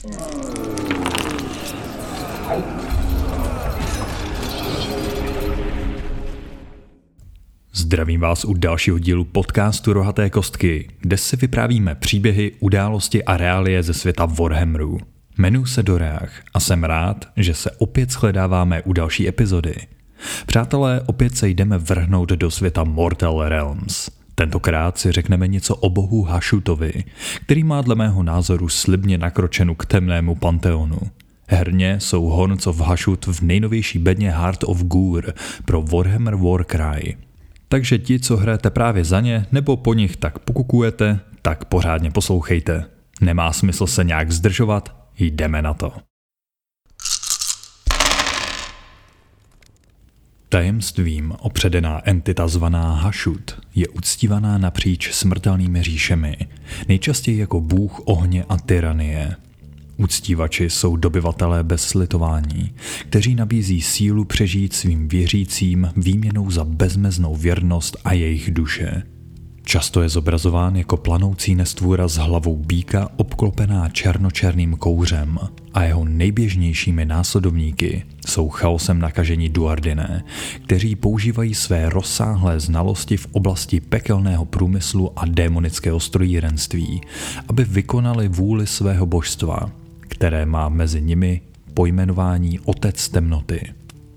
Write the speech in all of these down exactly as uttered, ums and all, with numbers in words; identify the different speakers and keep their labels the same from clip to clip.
Speaker 1: Zdravím vás u dalšího dílu podcastu Rohaté kostky, kde si vyprávíme příběhy, události a reálie ze světa Warhammeru. Jmenuji se Dorách a jsem rád, že se opět shledáváme u další epizody. Přátelé, opět se jdeme vrhnout do světa Mortal Realms. Tentokrát si řekneme něco o bohu Hashutovi, který má dle mého názoru slibně nakročenu k temnému panteonu. Herně jsou Horns of Hashut v nejnovější bedně Heart of Gur pro Warhammer Warcry. Takže ti, co hrajete právě za ně, nebo po nich tak pokukujete, tak pořádně poslouchejte. Nemá smysl se nějak zdržovat, jdeme na to. Tajemstvím opředená entita zvaná Hashut je uctívaná napříč smrtelnými říšemi, nejčastěji jako bůh ohně a tyranie. Uctívači jsou dobyvatelé bez slitování, kteří nabízí sílu přežít svým věřícím výměnou za bezmeznou věrnost a jejich duše. Často je zobrazován jako planoucí nestvůra s hlavou býka obklopená černočerným kouřem a jeho nejběžnějšími následovníky jsou chaosem nakažení Duardiné, kteří používají své rozsáhlé znalosti v oblasti pekelného průmyslu a démonického strojírenství, aby vykonali vůli svého božstva, které má mezi nimi pojmenování Otec temnoty.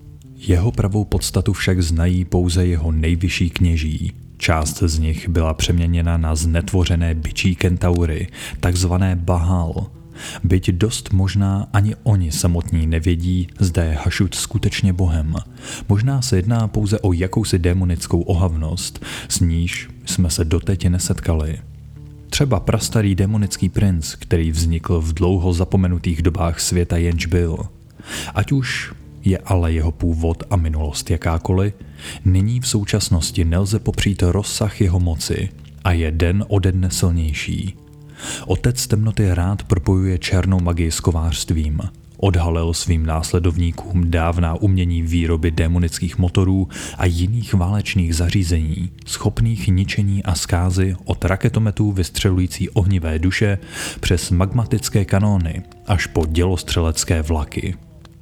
Speaker 1: Jeho pravou podstatu však znají pouze jeho nejvyšší kněží. Část z nich byla přeměněna na znetvořené bičí kentaury, takzvané Bahal. Byť dost možná ani oni samotní nevědí, zda je Hashut skutečně bohem. Možná se jedná pouze o jakousi démonickou ohavnost, s níž jsme se doteď nesetkali. Třeba prastarý démonický princ, který vznikl v dlouho zapomenutých dobách světa, jenž byl. Ať už je ale jeho původ a minulost jakákoliv, nyní v současnosti nelze popřít rozsah jeho moci a je den ode dne silnější. Otec temnoty rád propojuje černou magii s kovářstvím. Odhalil svým následovníkům dávná umění výroby démonických motorů a jiných válečných zařízení, schopných ničení a zkázy od raketometů vystřelující ohnivé duše přes magmatické kanóny až po dělostřelecké vlaky.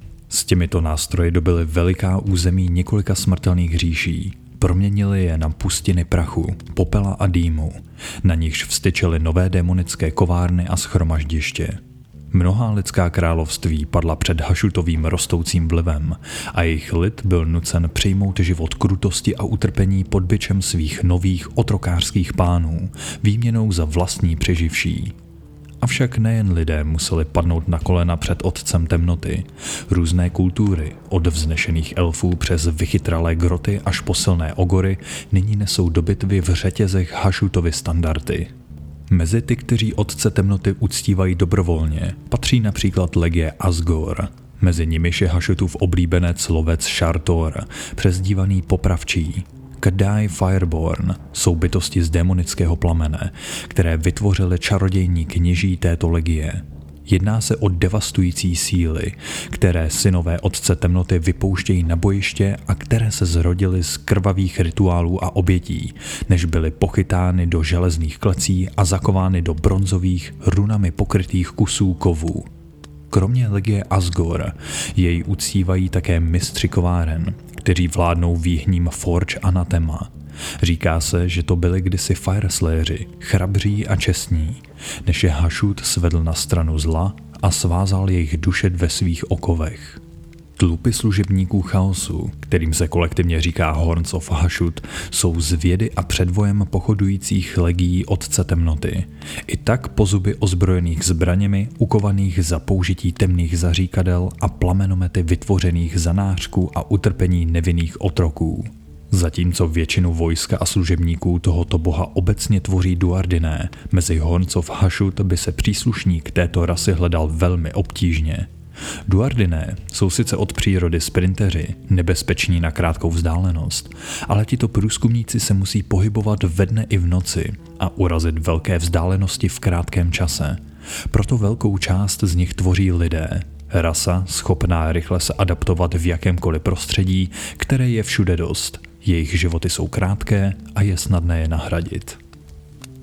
Speaker 1: S těmito nástroji dobyly veliká území několika smrtelných říší. Proměnili je na pustiny prachu, popela a dýmu, na nichž vstyčily nové démonické kovárny a shromaždiště. Mnohá lidská království padla před Hashutovým rostoucím vlivem a jejich lid byl nucen přijmout život krutosti a utrpení pod bičem svých nových otrokářských pánů, výměnou za vlastní přeživší. Avšak nejen lidé museli padnout na kolena před otcem temnoty. Různé kultury, od vznešených elfů přes vychytralé groty až po silné ogory, nyní nesou do bitvy v řetězech Hashutovy standardy. Mezi ty, kteří otce temnoty uctívají dobrovolně, patří například legie Asgore. Mezi nimiž je Hashutův oblíbenec lovec Shartor, přezdívaný Popravčí. Kadai Fireborn jsou bytosti z démonického plamene, které vytvořily čarodějní kněží této legie. Jedná se o devastující síly, které synové otce temnoty vypouštějí na bojiště a které se zrodily z krvavých rituálů a obětí, než byly pochytány do železných klecí a zakovány do bronzových, runami pokrytých kusů kovů. Kromě legie Asgore jej uctívají také mistři kováren, kteří vládnou výhním Forge Anathema. Říká se, že to byli kdysi Fireslayeri, chrabří a čestní, než je Hashut svedl na stranu zla a svázal jejich duše ve svých okovech. Tlupy služebníků chaosu, kterým se kolektivně říká Horns of Hashut, jsou z vědy a předvojem pochodujících legií otce temnoty. I tak po zuby ozbrojených zbraněmi, ukovaných za použití temných zaříkadel a plamenomety vytvořených za nářku a utrpení nevinných otroků. Zatímco většinu vojska a služebníků tohoto boha obecně tvoří Duardiné, mezi Horns of Hashut by se příslušník této rasy hledal velmi obtížně. Duardiné jsou sice od přírody sprinteři, nebezpeční na krátkou vzdálenost, ale tito průzkumníci se musí pohybovat ve dne i v noci a urazit velké vzdálenosti v krátkém čase. Proto velkou část z nich tvoří lidé, rasa schopná rychle se adaptovat v jakémkoliv prostředí, které je všude dost. Jejich životy jsou krátké a je snadné je nahradit.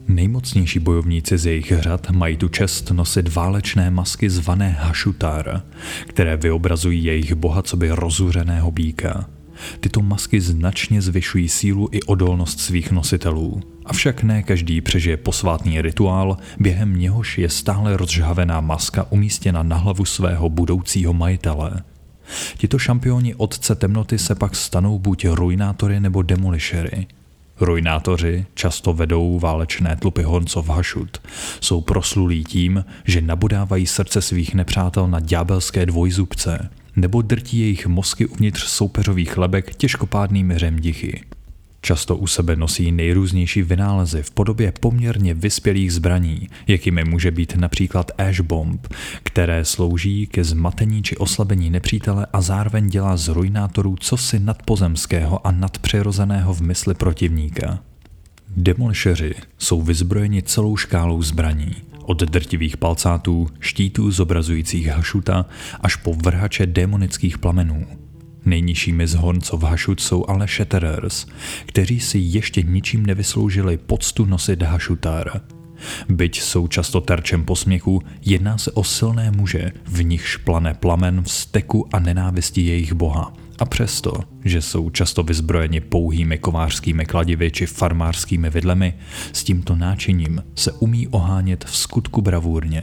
Speaker 1: Nejmocnější bojovníci z jejich řad mají tu čest nosit válečné masky zvané Hashutar, které vyobrazují jejich boha coby rozuřeného býka. Tyto masky značně zvyšují sílu i odolnost svých nositelů, avšak ne každý přežije posvátný rituál, během něhož je stále rozžhavená maska umístěna na hlavu svého budoucího majitele. Tito šampioni otce temnoty se pak stanou buď ruinátory nebo demolishery. Ruinátoři často vedou válečné tlupy Horns of Hashut. Jsou proslulí tím, že nabodávají srdce svých nepřátel na ďábelské dvojzubce, nebo drtí jejich mozky uvnitř soupeřových lebek těžkopádnými řemdichy. Často u sebe nosí nejrůznější vynálezy v podobě poměrně vyspělých zbraní, jakými může být například Ash Bomb, které slouží ke zmatení či oslabení nepřítele a zároveň dělá z ruinátorů cosi nadpozemského a nadpřirozeného v mysli protivníka. Demolisheři jsou vyzbrojeni celou škálou zbraní, od drtivých palcátů, štítů zobrazujících Hashuta až po vrhače démonických plamenů. Nejnižšími z Horns of Hashut jsou ale Shatterers, kteří si ještě ničím nevysloužili poctu nosit Hashutar. Byť jsou často terčem posměchu, jedná se o silné muže, v nichž plane plamen vzteku a nenávisti jejich boha. A přesto, že jsou často vyzbrojeni pouhými kovářskými kladivy či farmářskými vidlemi, s tímto náčiním se umí ohánět v skutku bravurně.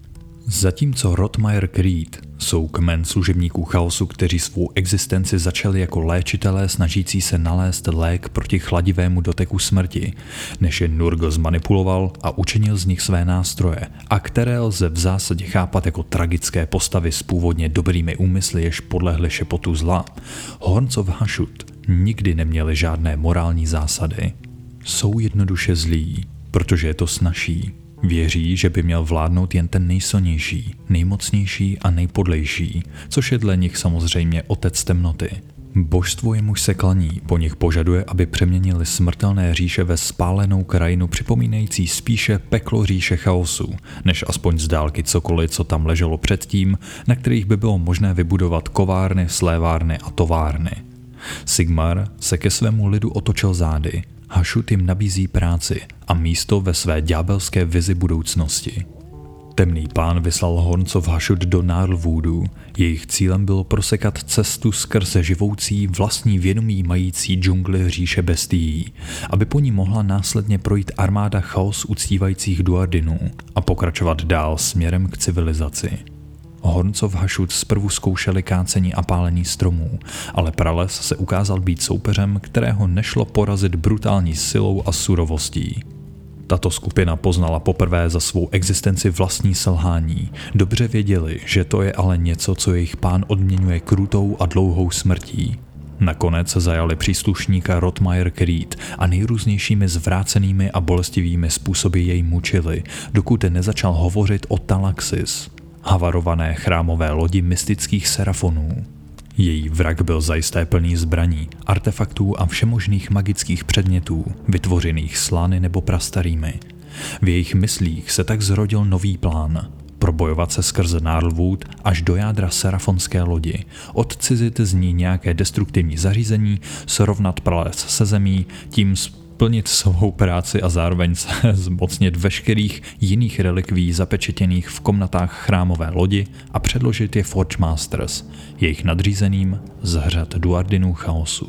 Speaker 1: Zatímco Rotmire Creed jsou kmen služebníků chaosu, kteří svou existenci začali jako léčitelé snažící se nalézt lék proti chladivému doteku smrti, než je Nurgle zmanipuloval a učinil z nich své nástroje, a které lze v zásadě chápat jako tragické postavy s původně dobrými úmysly, jež podlehly šepotu zla, Horns of Hashut nikdy neměli žádné morální zásady. Jsou jednoduše zlí, protože je to snazší. Věří, že by měl vládnout jen ten nejsilnější, nejmocnější a nejpodlejší, což je dle nich samozřejmě otec temnoty. Božstvo jemuž se klaní, po nich požaduje, aby přeměnili smrtelné říše ve spálenou krajinu připomínající spíše peklo říše chaosu, než aspoň z dálky cokoliv, co tam leželo předtím, na kterých by bylo možné vybudovat kovárny, slévárny a továrny. Sigmar se ke svému lidu otočil zády. Hashut jim nabízí práci a místo ve své ďábelské vizi budoucnosti. Temný pán vyslal Horns of Hashut do Gnarlwoodu. Jejich cílem bylo prosekat cestu skrze živoucí vlastní vědomí mající džungli říše bestií, aby po ní mohla následně projít armáda chaos uctívajících Duardinů a pokračovat dál směrem k civilizaci. Horns of Hashut zprvu zkoušeli kácení a pálení stromů, ale prales se ukázal být soupeřem, kterého nešlo porazit brutální silou a surovostí. Tato skupina poznala poprvé za svou existenci vlastní selhání. Dobře věděli, že to je ale něco, co jejich pán odměňuje krutou a dlouhou smrtí. Nakonec zajali příslušníka Rotmire Creed a nejrůznějšími zvrácenými a bolestivými způsoby jej mučili, dokud nezačal hovořit o Talaxis, havarované chrámové lodi mystických serafonů. Její vrak byl zajisté plný zbraní, artefaktů a všemožných magických předmětů, vytvořených slány nebo prastarými. V jejich myslích se tak zrodil nový plán. Probojovat se skrze Gnarlwood až do jádra serafonské lodi, odcizit z ní nějaké destruktivní zařízení, srovnat prales se zemí, tím splnit svou práci a zároveň se zmocnit veškerých jiných relikví zapečetěných v komnatách chrámové lodi a předložit je Forge Masters, jejich nadřízeným z řad Duardinů chaosu.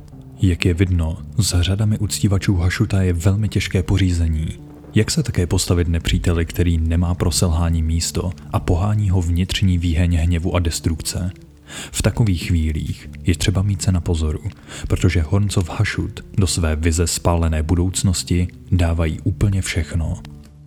Speaker 1: Jak je vidno, s řadami uctívačů Hashuta je velmi těžké pořízení. Jak se také postavit nepříteli, který nemá pro selhání místo a pohání ho vnitřní výheň hněvu a destrukce? V takových chvílích je třeba mít se na pozoru, protože Horns of Hashut do své vize spálené budoucnosti dávají úplně všechno.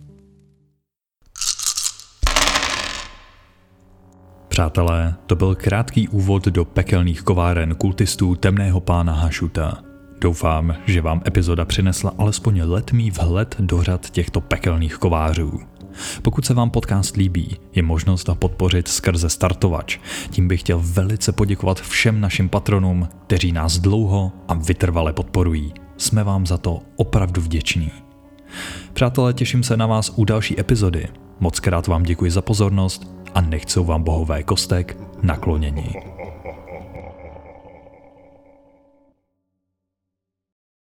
Speaker 1: Přátelé, to byl krátký úvod do pekelných kováren kultistů temného pána Hashuta. Doufám, že vám epizoda přinesla alespoň letmý vhled do řad těchto pekelných kovářů. Pokud se vám podcast líbí, je možnost ho podpořit skrze startovač. Tím bych chtěl velice poděkovat všem našim patronům, kteří nás dlouho a vytrvale podporují. Jsme vám za to opravdu vděční. Přátelé, těším se na vás u další epizody. Moc krát vám děkuji za pozornost a nechť jsou vám bohové kostek nakloněni.